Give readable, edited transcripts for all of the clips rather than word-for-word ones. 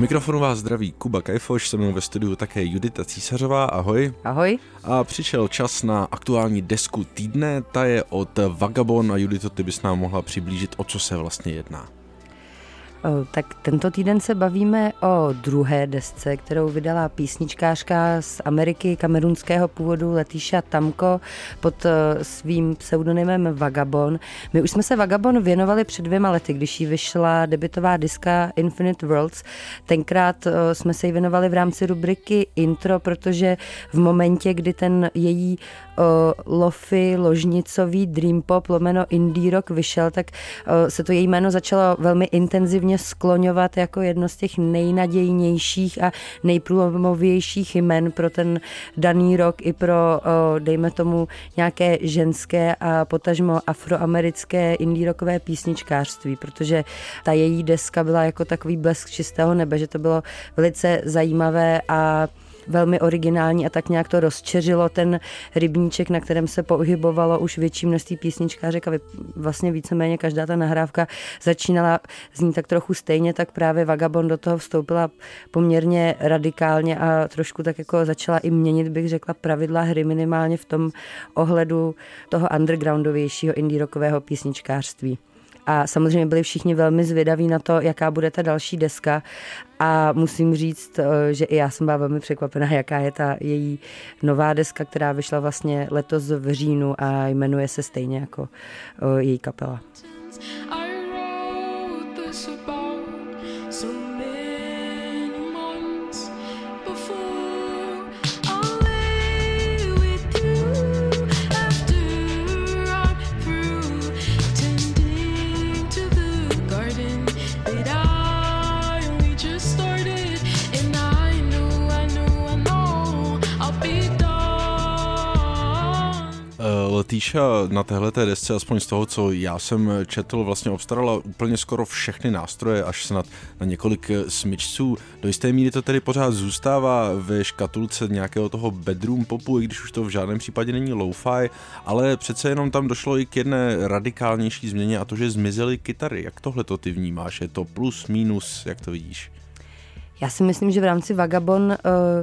mikrofonu vás zdraví Kuba Kajfoš, se mnou ve studiu také Judita Císařová, ahoj. Ahoj. A přišel čas na aktuální desku týdne, ta je od Vagabond a Judito, ty bys nám mohla přiblížit, o co se vlastně jedná. Tak tento týden se bavíme o druhé desce, kterou vydala písničkářka z Ameriky kamerunského původu Letíša Tamko pod svým pseudonymem Vagabond. My už jsme se Vagabond věnovali před 2 lety, když jí vyšla debutová deska Infinite Worlds. Tenkrát jsme se jí věnovali v rámci rubriky Intro, protože v momentě, kdy ten její lofi, ložnicový dream pop lomeno indie rock vyšel, tak se to její jméno začalo velmi intenzivně skloňovat jako jedno z těch nejnadějnějších a nejprůlomovějších jmen pro ten daný rok i pro, dejme tomu, nějaké ženské a potažmo afroamerické indie rockové písničkářství, protože ta její deska byla jako takový blesk čistého nebe, že to bylo velice zajímavé a velmi originální a tak nějak to rozčeřilo ten rybníček, na kterém se pohybovalo už větší množství písničkářek a vlastně víceméně každá ta nahrávka začínala znít tak trochu stejně, tak právě Vagabond do toho vstoupila poměrně radikálně a trošku tak jako začala i měnit, bych řekla, pravidla hry minimálně v tom ohledu toho undergroundovějšího indie rockového písničkářství. A samozřejmě byli všichni velmi zvědaví na to, jaká bude ta další deska a musím říct, že i já jsem byla velmi překvapená, jaká je ta její nová deska, která vyšla vlastně letos v říjnu a jmenuje se stejně jako její kapela. Letíša na téhleté desce, aspoň z toho, co já jsem četl, vlastně obstarala úplně skoro všechny nástroje, až snad na několik smyčců. Do jisté míry to tedy pořád zůstává ve škatulce nějakého toho bedroom popu, i když už to v žádném případě není lo-fi, ale přece jenom tam došlo i k jedné radikálnější změně a to, že zmizely kytary. Jak tohleto ty vnímáš? Je to plus, minus, jak to vidíš? Já si myslím, že v rámci Vagabond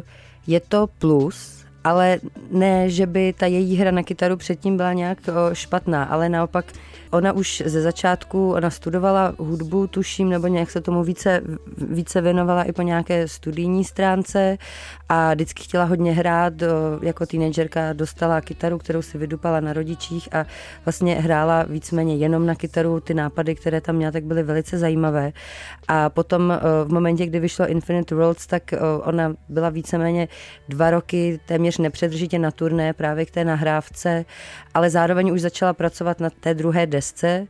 je to plus, ale ne, že by ta její hra na kytaru předtím byla nějak špatná, ale naopak ona už ze začátku, ona studovala hudbu, tuším, nebo nějak se tomu více věnovala i po nějaké studijní stránce a vždycky chtěla hodně hrát, jako teenagerka dostala kytaru, kterou si vydupala na rodičích a vlastně hrála víceméně jenom na kytaru, ty nápady, které tam měla, tak byly velice zajímavé a potom v momentě, kdy vyšlo Infinite Worlds, tak ona byla víceméně 2 roky téměř nepřetržitě na turné právě k té nahrávce, ale zároveň už začala pracovat na té druhé desce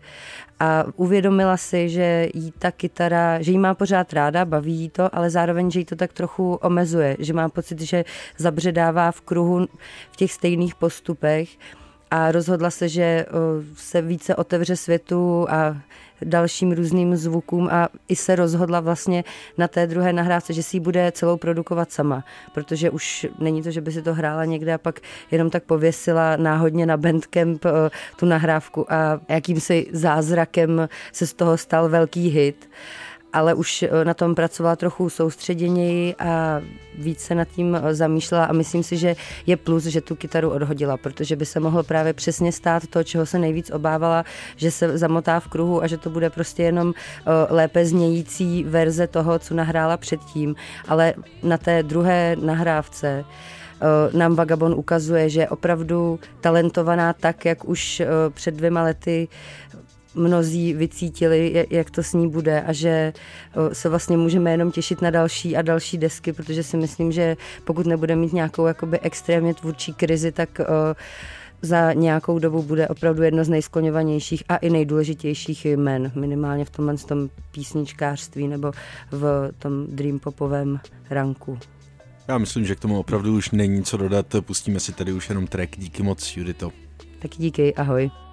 a uvědomila si, že jí ta kytara, že jí má pořád ráda, baví jí to, ale zároveň, že jí to tak trochu omezuje, že má pocit, že zabředává v kruhu v těch stejných postupech a rozhodla se, že se více otevře světu a dalším různým zvukům a i se rozhodla vlastně na té druhé nahrávce, že si ji bude celou produkovat sama, protože už není to, že by si to hrála někde a pak jenom tak pověsila náhodně na Bandcamp tu nahrávku a jakýmsi zázrakem se z toho stal velký hit. Ale už na tom pracovala trochu soustředěněji a víc se nad tím zamýšlela a myslím si, že je plus, že tu kytaru odhodila, protože by se mohlo právě přesně stát to, čeho se nejvíc obávala, že se zamotá v kruhu a že to bude prostě jenom lépe znějící verze toho, co nahrála předtím, ale na té druhé nahrávce nám Vagabond ukazuje, že je opravdu talentovaná tak, jak už před 2 lety mnozí vycítili, jak to s ní bude a že se vlastně můžeme jenom těšit na další a další desky, protože si myslím, že pokud nebude mít nějakou jakoby extrémně tvůrčí krizi, tak za nějakou dobu bude opravdu jedno z nejskloňovanějších a i nejdůležitějších jmen, minimálně v tomhle tom písničkářství nebo v tom dream popovém ranku. Já myslím, že k tomu opravdu už není co dodat, pustíme si tady už jenom track. Díky moc, Judito. Taky díky, ahoj.